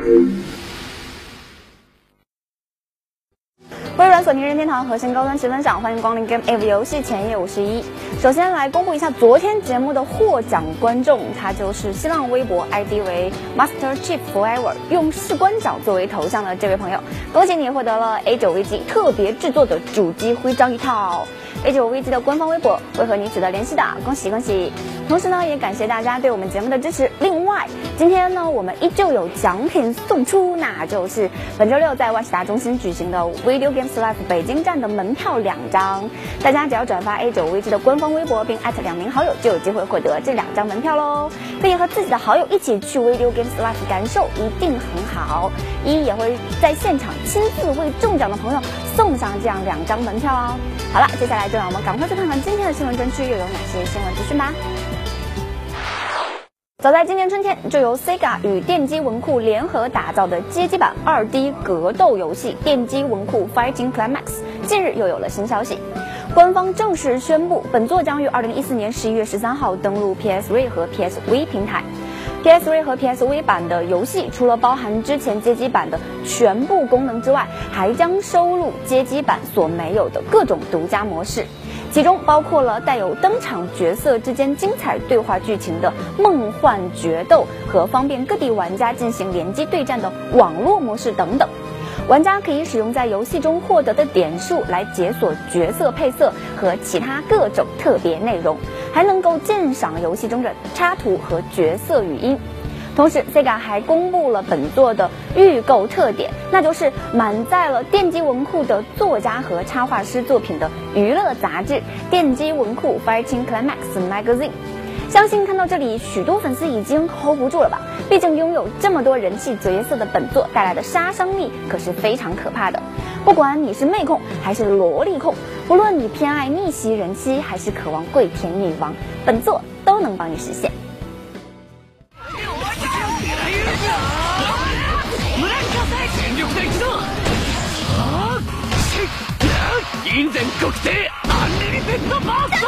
微软索尼任天堂核心高端积分赏，欢迎光临 Game Ave 游戏前夜51。首先来公布一下昨天节目的获奖观众，他就是新浪微博 ID 为 Master Chief Forever， 用士官长作为头像的这位朋友，恭喜你获得了 A9VG 特别制作的主机徽章一套。A9VG 的官方微博会和你取得联系的，恭喜恭喜！同时呢，也感谢大家对我们节目的支持。另外，今天呢，我们依旧有奖品送出，那就是本周六在万事达中心举行的 Video Games Live 北京站的门票2张。大家只要转发 A9VG 的官方微博并@2名好友，就有机会获得这2张门票喽。可以和自己的好友一起去 Video Games Live 感受，一定很好。也会在现场亲自为中奖的朋友送上这样2张门票哦。好了，接下来就让我们赶快去看看今天的新闻专区又有哪些新闻资讯吧。早在今年春天，就由 Sega 与电击文库联合打造的街机版 2D 格斗游戏《电击文库 Fighting Climax》近日又有了新消息，官方正式宣布，本作将于2014年11月13号登陆 PS3 和 PSV 平台。PS3 和 PSV 版的游戏除了包含之前街机版的全部功能之外，还将收录街机版所没有的各种独家模式，其中包括了带有登场角色之间精彩对话剧情的梦幻决斗和方便各地玩家进行联机对战的网络模式等等。玩家可以使用在游戏中获得的点数来解锁角色配色和其他各种特别内容，还能够鉴赏游戏中的插图和角色语音。同时 Sega 还公布了本作的预购特点，那就是满载了电击文库的作家和插画师作品的娱乐杂志《电击文库 Fighting Climax Magazine》。相信看到这里，许多粉丝已经 hold 不住了吧？毕竟拥有这么多人气角色的本作带来的杀伤力可是非常可怕的。不管你是妹控还是萝莉控，不论你偏爱逆袭人妻还是渴望跪舔女王，本作都能帮你实现。 銀全国帝アンリミテッドバースト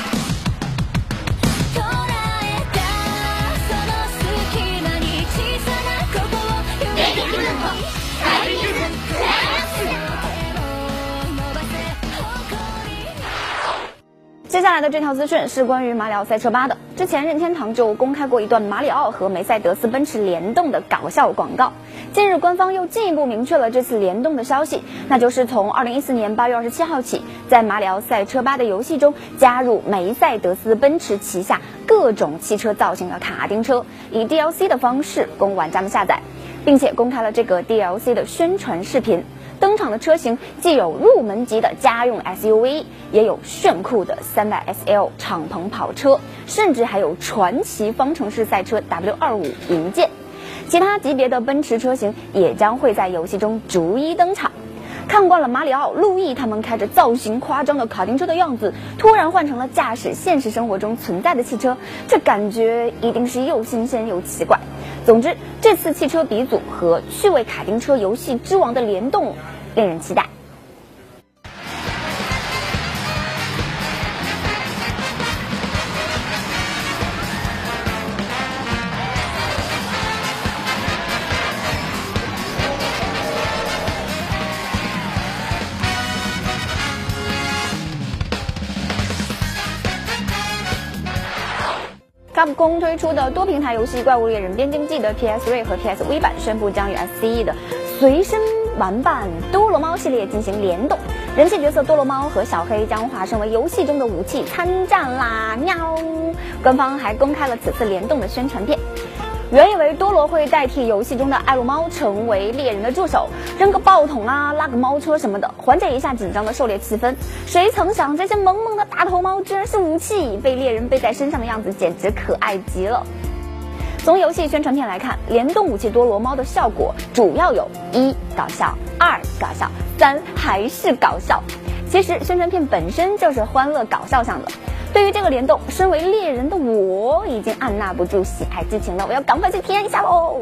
接下来的这条资讯是关于马里奥赛车8的。之前任天堂就公开过一段马里奥和梅赛德斯奔驰联动的搞笑广告，近日官方又进一步明确了这次联动的消息，那就是从2014年8月27号起，在马里奥赛车8的游戏中加入梅赛德斯奔驰旗下各种汽车造型的卡丁车，以 DLC 的方式供玩家们下载，并且公开了这个 DLC 的宣传视频。登场的车型既有入门级的家用 SUV， 也有炫酷的300SL 敞篷跑车，甚至还有传奇方程式赛车 W25 银剑。其他级别的奔驰车型也将会在游戏中逐一登场。看惯了马里奥、路易他们开着造型夸张的卡丁车的样子，突然换成了驾驶现实生活中存在的汽车，这感觉一定是又新鲜又奇怪。总之，这次汽车鼻祖和趣味卡丁车游戏之王的联动令人期待。Capcom 推出的多平台游戏《怪物猎人边境记》的 PS3 和 PSV 版宣布将与 SCE 的随身玩伴多罗猫系列进行联动，人气角色多罗猫和小黑将化身为游戏中的武器参战啦！喵！官方还公开了此次联动的宣传片。原以为多罗会代替游戏中的爱撸猫成为猎人的助手，扔个爆桶啊，拉个猫车什么的，缓解一下紧张的狩猎气氛。谁曾想这些萌萌的大头猫居然是武器，被猎人背在身上的样子简直可爱极了。从游戏宣传片来看，联动武器多罗猫的效果主要有1搞笑，2搞笑，3还是搞笑。其实宣传片本身就是欢乐搞笑向的。对于这个联动，身为猎人的我已经按捺不住喜爱之情了，我要赶快去体验一下喽！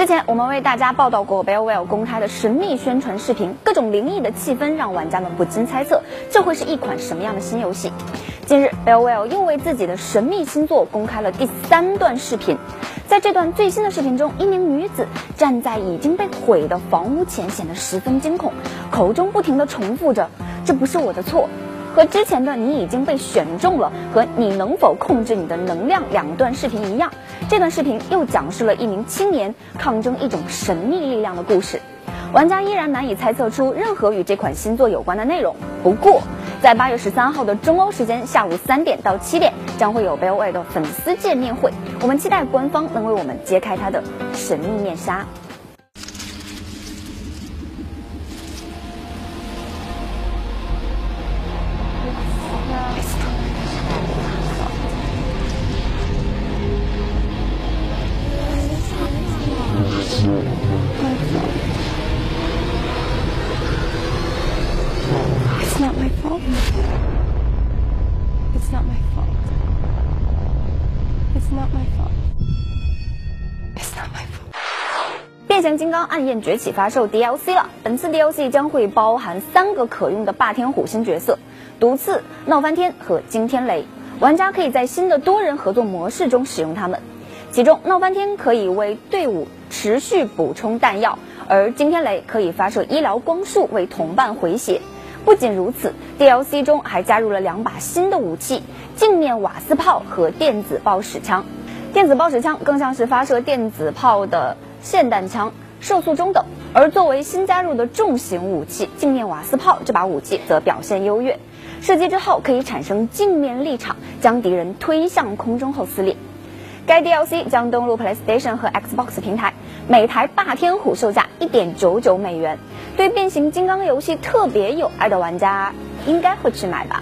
前我们为大家报道过 BioWare 公开的神秘宣传视频，各种灵异的气氛让玩家们不禁猜测，这会是一款什么样的新游戏。近日 BioWare 又为自己的神秘新作公开了第3段视频。在这段最新的视频中，一名女子站在已经被毁的房屋前，显得十分惊恐，口中不停地重复着这不是我的错。和之前的你已经被选中了和你能否控制你的能量2段视频一样，这段视频又讲述了一名青年抗争一种神秘力量的故事。玩家依然难以猜测出任何与这款新作有关的内容。不过在8月13号的中欧时间下午3点到7点将会有 BioWare 的粉丝见面会，我们期待官方能为我们揭开它的神秘面纱。 It's not my fault. It's not my fault. It's not my fault. It's not my fault. 变形金刚暗焰崛起发售 DLC 了，本次 DLC 将会包含3个可用的霸天虎新角色：毒刺、闹翻天和惊天雷。玩家可以在新的多人合作模式中使用它们。其中闹翻天可以为队伍持续补充弹药，而惊天雷可以发射医疗光束为同伴回血。不仅如此 ，DLC 中还加入了2把新的武器：镜面瓦斯炮和电子爆矢枪。电子爆矢枪更像是发射电子炮的霰弹枪，射速中等；而作为新加入的重型武器，镜面瓦斯炮这把武器则表现优越，射击之后可以产生镜面力场，将敌人推向空中后撕裂。该 DLC 将登陆 PlayStation 和 Xbox 平台，每台霸天虎售价1.99美元。对变形金刚游戏特别有爱的玩家应该会去买吧。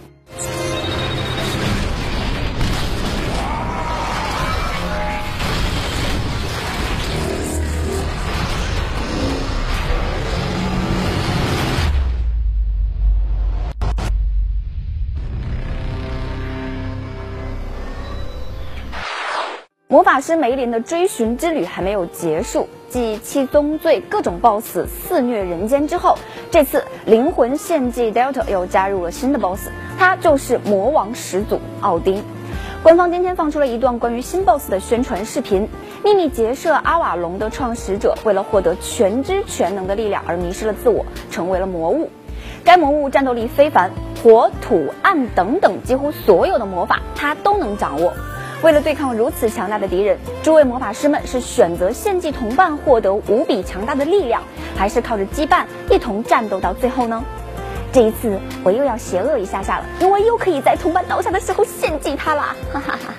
魔法师梅林的追寻之旅还没有结束，继七宗罪各种 BOSS 肆虐人间之后，这次灵魂献祭 Delta 又加入了新的 BOSS， 他就是魔王始祖奥丁。官方今天放出了一段关于新 BOSS 的宣传视频，秘密结社阿瓦隆的创始者为了获得全知全能的力量而迷失了自我，成为了魔物。该魔物战斗力非凡，火、土、暗等等几乎所有的魔法他都能掌握。为了对抗如此强大的敌人，诸位魔法师们是选择献祭同伴获得无比强大的力量，还是靠着羁绊一同战斗到最后呢？这一次我又要邪恶一下了，因为又可以在同伴倒下的时候献祭他啦，哈哈哈哈。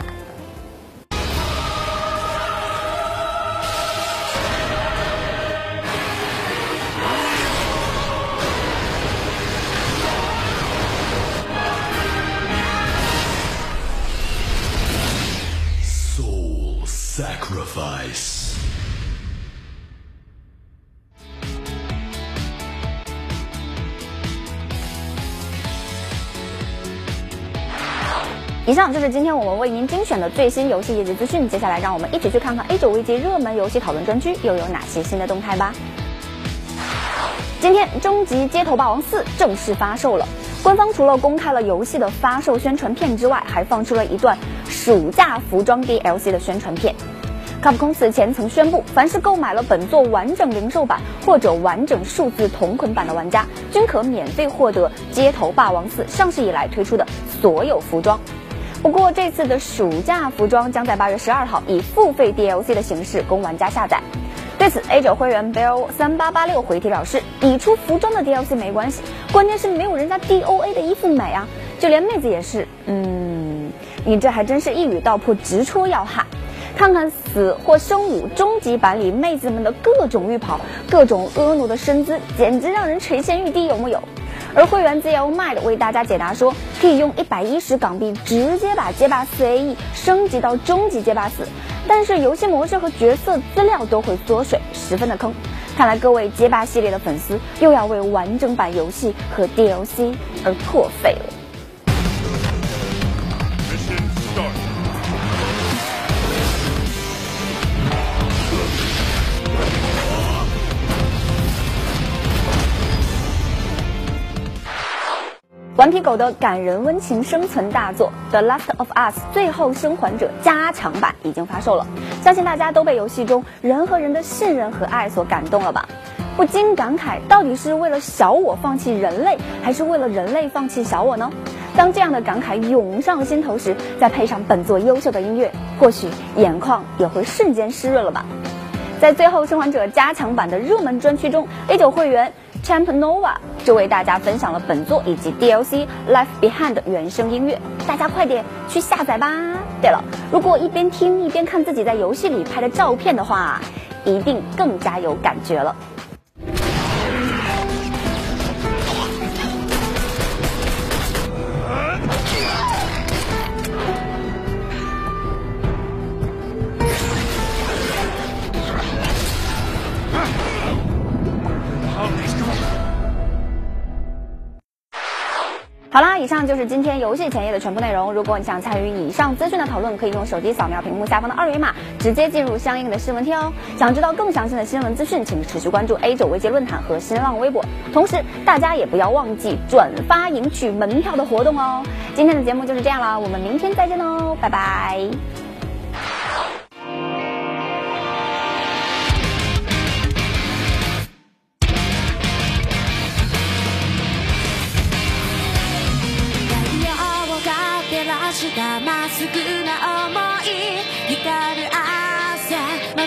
Sacrifice。 以上就是今天我们为您精选的最新游戏业绩资讯，接下来让我们一起去看看 A9 危机热门游戏讨论专区又有哪些新的动态吧。今天《终极街头霸王4》正式发售了，官方除了公开了游戏的发售宣传片之外，还放出了一段暑假服装 DLC 的宣传片。卡普空此前曾宣布，凡是购买了本作完整零售版或者完整数字同捆版的玩家，均可免费获得《街头霸王4》上市以来推出的所有服装。不过这次的暑假服装将在8月12号以付费 DLC 的形式供玩家下载。对此 A9 会员 Bill3886 回帖表示，你出服装的 DLC 没关系，关键是没有人家 DOA 的衣服美啊，就连妹子也是，你这还真是一语道破，直戳要害。看看死或生5终极版里妹子们的各种浴袍，各种婀娜的身姿，简直让人垂涎欲滴，有木有？而会员 ZLMind 为大家解答说，可以用110港币直接把街霸4 AE 升级到终极街霸4，但是游戏模式和角色资料都会缩水，十分的坑。看来各位街霸系列的粉丝又要为完整版游戏和 DLC 而破费了。 顽皮狗的感人温情生存大作《The Last of Us》最后生还者加强版已经发售了，相信大家都被游戏中人和人的信任和爱所感动了吧？不禁感慨，到底是为了小我放弃人类，还是为了人类放弃小我呢？当这样的感慨涌上心头时，再配上本作优秀的音乐，或许眼眶也会瞬间湿润了吧。在最后生还者加强版的热门专区中， A9 会员 Champ Nova 就为大家分享了本作以及 DLC Life Behind 的原声音乐，大家快点去下载吧。对了，如果一边听一边看自己在游戏里拍的照片的话，一定更加有感觉了。好啦，以上就是今天游戏前夜的全部内容。如果你想参与以上资讯的讨论，可以用手机扫描屏幕下方的2维码，直接进入相应的新闻贴哦。想知道更详细的新闻资讯，请持续关注 A9 微界论坛和新浪微博。同时，大家也不要忘记转发赢取门票的活动哦。今天的节目就是这样了，我们明天再见喽，拜拜。 まっすぐな想い光る朝